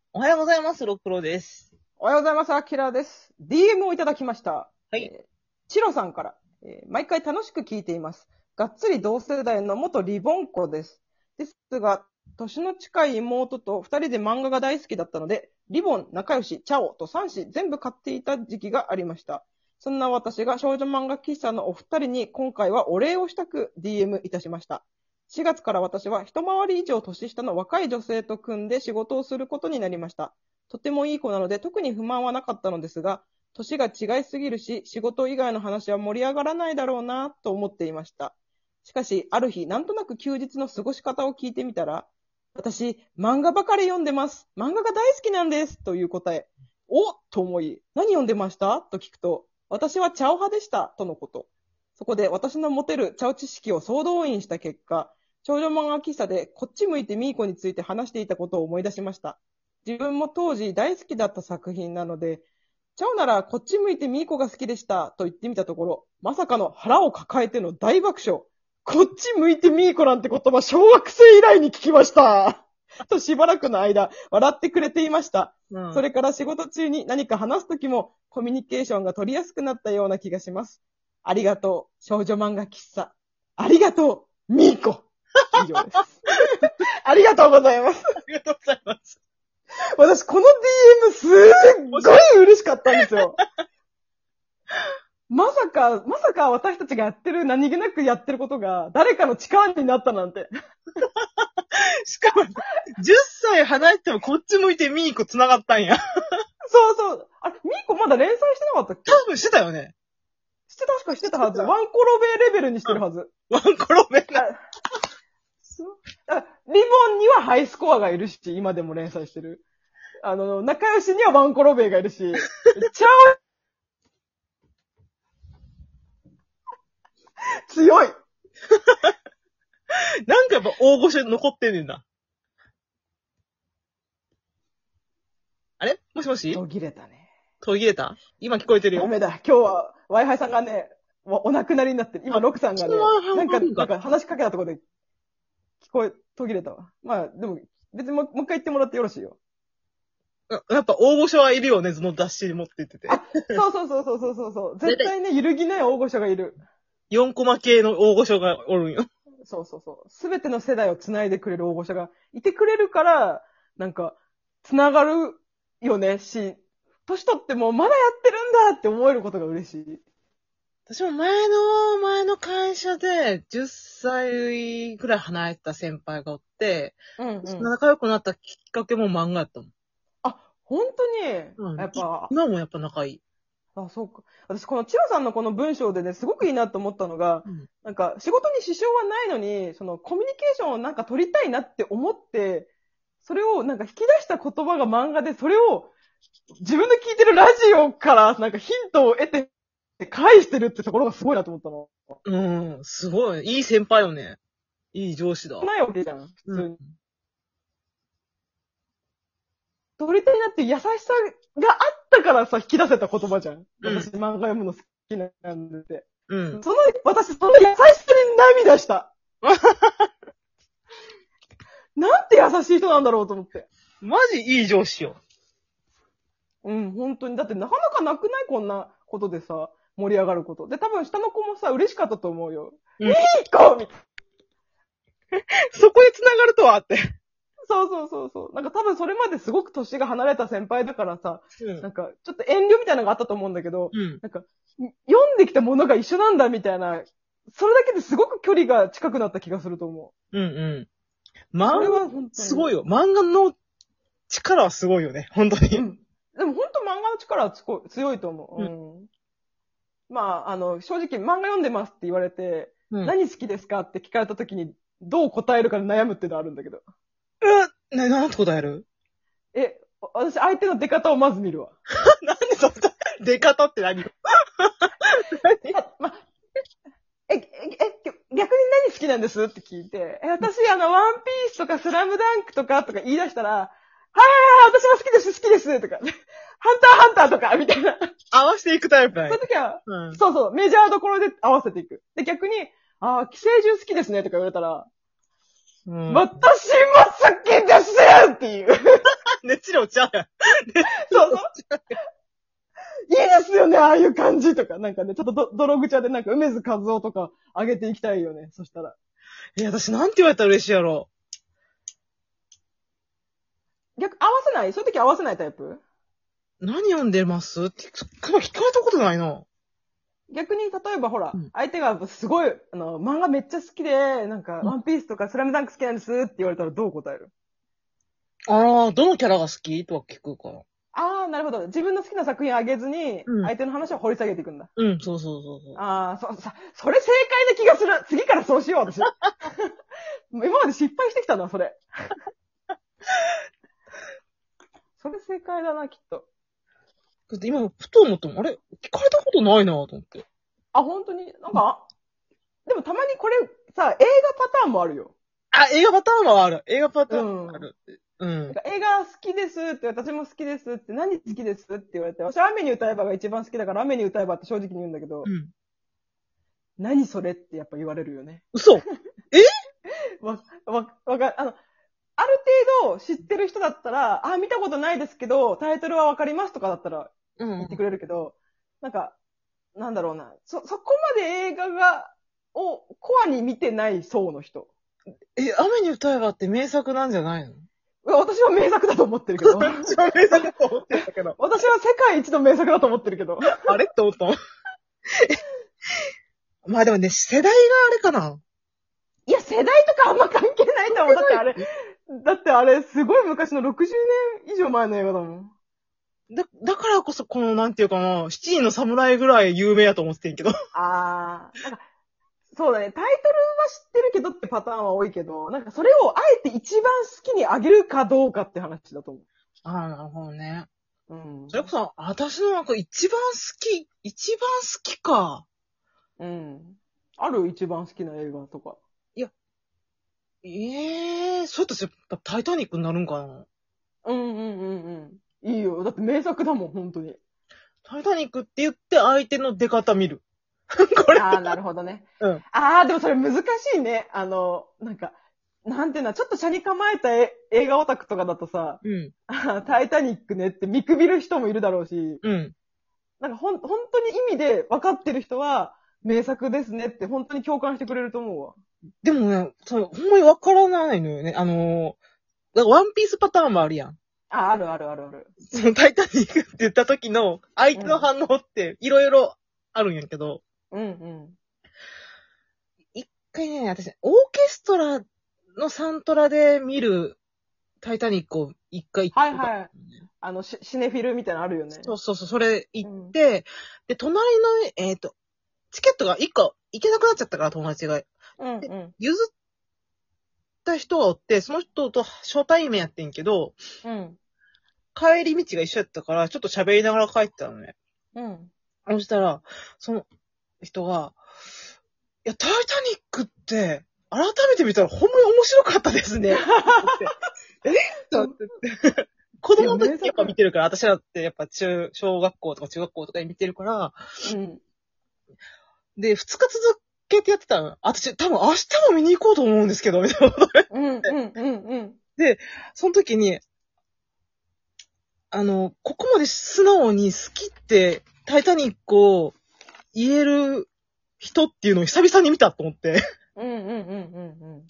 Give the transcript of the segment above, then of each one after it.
おはようございます、ロクロです。 おはようございます。アキラです。DM をいただきました。 はい。 チロさんから、毎回楽しく聞いています。がっつり同世代の元リボン子です。ですが、年の近い妹と二人で漫画が大好きだったので、リボン、仲良し、チャオと3誌全部買っていた時期がありました。そんな私が少女漫画喫茶のお二人に今回はお礼をしたく DM いたしました。4月から私は一回り以上年下の若い女性と組んで仕事をすることになりました。とてもいい子なので特に不満はなかったのですが、年が違いすぎるし、仕事以外の話は盛り上がらないだろうなと思っていました。しかし、ある日、なんとなく休日の過ごし方を聞いてみたら、私、漫画ばかり読んでます。漫画が大好きなんです。という答え。おと思い、何読んでましたと聞くと、私はチャオ派でした。とのこと。そこで私の持てるチャオ知識を総動員した結果、少女漫画喫茶でこっち向いてミーコについて話していたことを思い出しました。自分も当時大好きだった作品なので、チャオならこっち向いてミーコが好きでしたと言ってみたところ、まさかの腹を抱えての大爆笑。こっち向いてミーコなんて言葉小学生以来に聞きました。としばらくの間、笑ってくれていました。それから仕事中に何か話すときもコミュニケーションが取りやすくなったような気がします。ありがとう、少女漫画喫茶。ありがとう、ミーコ。以上です。ありがとうございます。 ありがとうございます。 私、この DM すっごい嬉しかったんですよ。まさか私たちがやってる、何気なくやってることが、誰かの力になったなんて。 しかも、10歳離れてもこっち向いてミーコ繋がったんや。 そうそう。あれ、ミーコまだ連載してなかったっけ？ 多分してたよね。 確かしてたはず。ワンコロベレベルにしてるはず。 ワンコロベな。 リボンにはハイスコアがいるし、今でも連載してる。仲良しにはワンコロベイがいるし、チャオ強い。 なんかやっぱ大御所残ってんねんな。あれもしもし途切れたね。 途切れた今聞こえてるよ。 ダメだ。今日は Wi-Fi さんがね、お亡くなりになってる。今、ロクさんがね、なんか話しかけたところで途切れたわ。まあ、でも、別にもう一回言ってもらってよろしいよ。 やっぱ大御所はいるよね、その雑誌に持ってってて。 そう。絶対ね、揺るぎない大御所がいる。 4コマ系の大御所がおるんよ。 すべての世代を繋いでくれる大御所がいてくれるから、なんか、繋がるよねし、年取ってもまだやってるんだって思えることが嬉しい。 私も前の会社で10歳ぐらい離れた先輩がおって、仲良くなったきっかけも漫画やったもん。 あ、本当に、やっぱ、 今もやっぱ仲いい。 あ、そうか。私、このチロさんのこの文章でね、すごくいいなと思ったのが、なんか、仕事に支障はないのに、その、コミュニケーションをなんか取りたいなって思って、それをなんか引き出した言葉が漫画で、それを自分の聞いてるラジオからなんかヒントを得て返してるってところがすごいなと思ったの。 すごい。いい先輩よね。いい上司だ。 ないわけじゃん、普通に。取りたいなっていう優しさがあったからさ、引き出せた言葉じゃん。私、漫画読むの好きなんでて。私、その優しさに涙した。なんて優しい人なんだろうと思って。 マジいい上司よ。 本当に。だってなかなかなくないこんなことでさ、盛り上がること。で、多分下の子もさ、嬉しかったと思うよ。いい子みたいな。そこで繋がるとはって。 そう。なんか多分それまですごく年が離れた先輩だからさ、なんかちょっと遠慮みたいなのがあったと思うんだけど、なんか読んできたものが一緒なんだみたいな、それだけですごく距離が近くなった気がすると思う。 漫画すごいよ。漫画の力はすごいよね。本当に。でも本当漫画の力は強いと思う。まあ、正直漫画読んでますって言われて、何好きですかって聞かれた時にどう答えるかで悩むっていうのはあるんだけど。 なんて答える？ 私、相手の出方をまず見るわ。 なんでそんな、出方って何？逆に何好きなんですって聞いて、私、ワンピースとかスラムダンクとか言い出したら、私は好きですとか、ハンターとか、みたいな。 合わせていくタイプだよ。 そういう時は、そう、メジャーどころで合わせていく。で、逆に、寄生獣好きですねとか言われたら、私も好きですっていう。 ね、チロもちゃうやん。 そうそう。いいですよね、ああいう感じとか。なんかね、ちょっと泥ぐちゃでなんか梅津和夫とか上げていきたいよね、そしたら。 私なんて言われたら嬉しいやろ。 合わせないそういう時合わせないタイプ？ 何読んでますって聞かれたことないな。 逆に、例えばほら、 うん、 相手がすごい、漫画めっちゃ好きで、なんか、 うん、 ワンピースとかスラムダンク好きなんですって言われたらどう答える？ ああ、どのキャラが好きとは聞くから。 ああ、なるほど。自分の好きな作品あげずに、 うん。 相手の話を掘り下げていくんだ。 うん、そうそうそうそう。 ああ、それ正解な気がする。次からそうしよう、私。今まで失敗してきたな、それ。それ正解だな、きっと。 だって今、ふと思ったもん。あれ聞かれたことないなと思って。 あ、本当になんか、でもたまにこれ、さ、映画パターンもあるよ。 あ、映画パターンはある。映画パターンうん。 ある。うん。 なんか映画好きですって、私も好きですって、何好きですって言われて、私は雨に歌えばが一番好きだから雨に歌えばって正直に言うんだけど、 うん。 何それってやっぱ言われるよね。 嘘ある程度知ってる人だったら、あ、見たことないですけど、タイトルはわかりますとかだったらうん。 言ってくれるけど、なんか、なんだろうな、そこまで映画をコアに見てない層の人。 雨に歌えばって名作なんじゃないの？ 私は名作だと思ってるけど。 一番名作だと思ってたけど。 私は世界一の名作だと思ってるけど。 あれって思ったもん。まあでもね、世代があれかな。 いや、世代とかあんま関係ないと思う。だってあれ、すごい昔の60年以上前の映画だもん。 だからこそ、この、なんていうかな、七人の侍ぐらい有名やと思ってんけど。 なんか、そうだね。タイトルは知ってるけどってパターンは多いけど、なんかそれをあえて一番好きにあげるかどうかって話だと思う。 ああ、なるほどね。 うん。 それこそ、私のなんか一番好きか。 うん。ある一番好きな映画とか。 いや、そうやったらやっぱタイタニックになるんかな。 うんうんうんうん。いいよ。だって名作だもん、本当に。 タイタニックって言って相手の出方見る。これ。 ああ、なるほどね。 うん。 ああ、でもそれ難しいね。なんか、なんていうの、ちょっと車に構えた映画オタクとかだとさ、 うん。 タイタニックねって見くびる人もいるだろうし、 うん。 なんか本当に意味で分かってる人は、名作ですねって本当に共感してくれると思うわ。 でもね、ほんまにわからないのよね。だからワンピースパターンもあるやん。 あ、あるあるあるある。 そのタイタニックって言った時の相手の反応っていろいろあるんやけど、 うんうん。 一回ね、私、オーケストラのサントラで見るタイタニックを一回行ってた、 はいはい。シネフィルみたいなのあるよね。 そうそうそう、それ行って、で、隣の、チケットが一個行けなくなっちゃったから、友達が。 うんうん。 譲った人がおって、その人と初対面やってんけど、 うん。 帰り道が一緒やったから、ちょっと喋りながら帰ってたのね。 うん。 そしたら、その人が、いや、タイタニックって、改めて見たらほんまに面白かったですね。えだって子供の時やっぱ見てるから、私だってやっぱ小学校とか中学校とかに見てるから、 うん。 で、2日続けてやってたの。私多分明日も見に行こうと思うんですけど、みたいなことで。 うんうんうんうん。 で、その時に、ここまで素直に好きってタイタニックを言える人っていうのを久々に見たと思って。 うんうんうんうん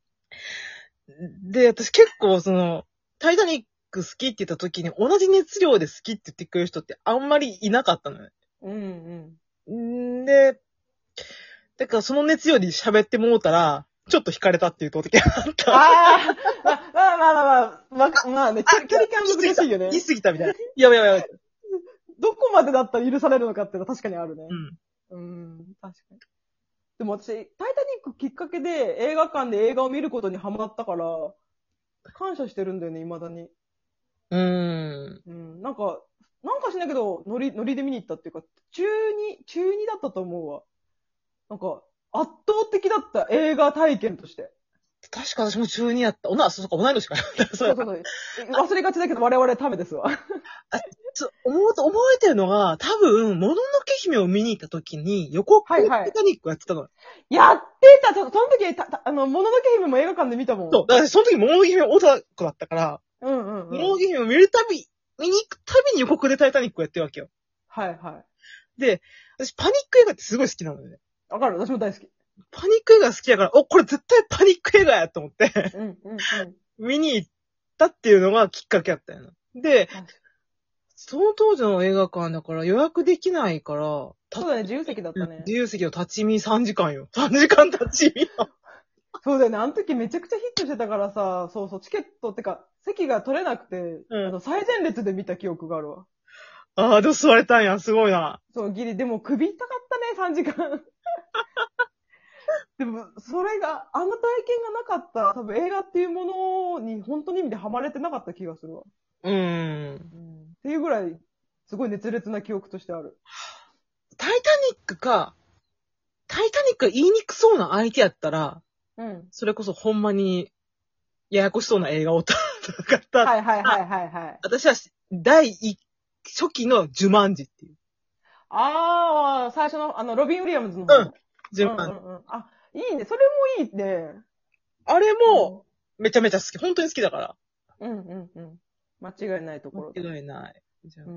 で、私結構タイタニック好きって言った時に同じ熱量で好きって言ってくれる人ってあんまりいなかったのね。 うんうん。 で、だからその熱量で喋ってもうたら、ちょっと惹かれたっていう時があった。 ああ、まあね、距離感難しいよね。 言い過ぎたみたいな。やばいやばいやばい。 どこまでだったら許されるのかっていうのは確かにあるね。 うん。 確かに。でも私、タイタニックきっかけで映画館で映画を見ることにハマったから、感謝してるんだよね、未だに。なんかしないけど、ノリで見に行ったっていうか、中2だったと思うわ。なんか、圧倒的だった映画体験として。 確か私も中2やった。そうか、同い年か。 そう。忘れがちだけど我々ためですわ。 覚えてるのが、多分、もののけ姫を見に行った時に、横っタイタニックやってたの。 やってたその時、もののけ姫も映画館で見たもん。 そう。だからその時、もののけ姫オタクだったから、 うんうんうん。 モーゲンフィルム見に行くたびに予告でタイタニックをやってるわけよ。 はいはい。 で、私パニック映画ってすごい好きなのよね。 わかる、私も大好き。 パニック映画好きだから、これ絶対パニック映画やと思ってうんうんうん。 見に行ったっていうのがきっかけやったよな。で、その当時の映画館だから予約できないから、 そうだね、自由席だったね。 自由席の立ち見3時間よ。3時間立ち見よ。 そうだよね、あの時めちゃくちゃヒットしてたからさ、そうそう、チケットってか、席が取れなくて、最前列で見た記憶があるわ。 ああ、どう座れたんや、すごいな。 そう、ギリ、でも首痛かったね、3時間。でも、それが、あの体験がなかったら、多分映画っていうものに本当に意味でハマれてなかった気がするわ。っていうぐらい、すごい熱烈な記憶としてある。 タイタニックが言いにくそうな相手やったら、それこそほんまに、ややこしそうな映画を撮った。 はいはいはいはいはい。 私は、初期のジュマンジっていう。 ああ、最初の、ロビン・ウィリアムズの方。 ジュマンジ。 あ、いいね。それもいいね。 あれも、めちゃめちゃ好き。本当に好きだから。 間違いないところだ。 間違いない。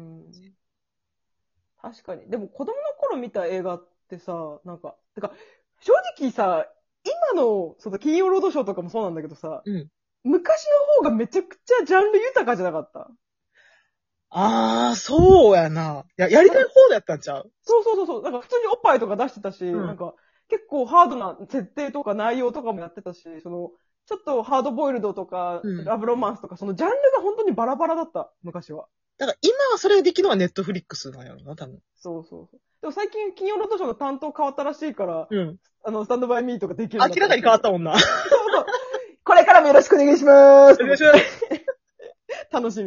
確かに。でも子供の頃見た映画ってさ、なんか、てか、正直さ、今の、金曜ロードショーとかもそうなんだけどさ、昔の方がめちゃくちゃジャンル豊かじゃなかった？ ああ、そうやな。やりたい方だったんちゃう？ そう。なんか普通におっぱいとか出してたし、なんか結構ハードな設定とか内容とかもやってたし、ちょっとハードボイルドとか、ラブロマンスとか、そのジャンルが本当にバラバラだった、昔は。 だから今はそれができるのはネットフリックスなんやろな、多分。 そう。でも最近金曜ロードショーの担当変わったらしいから、スタンドバイミーとかできる。 明らかに変わったもんな。 これからもよろしくお願いします。 お願いします。 楽しみ。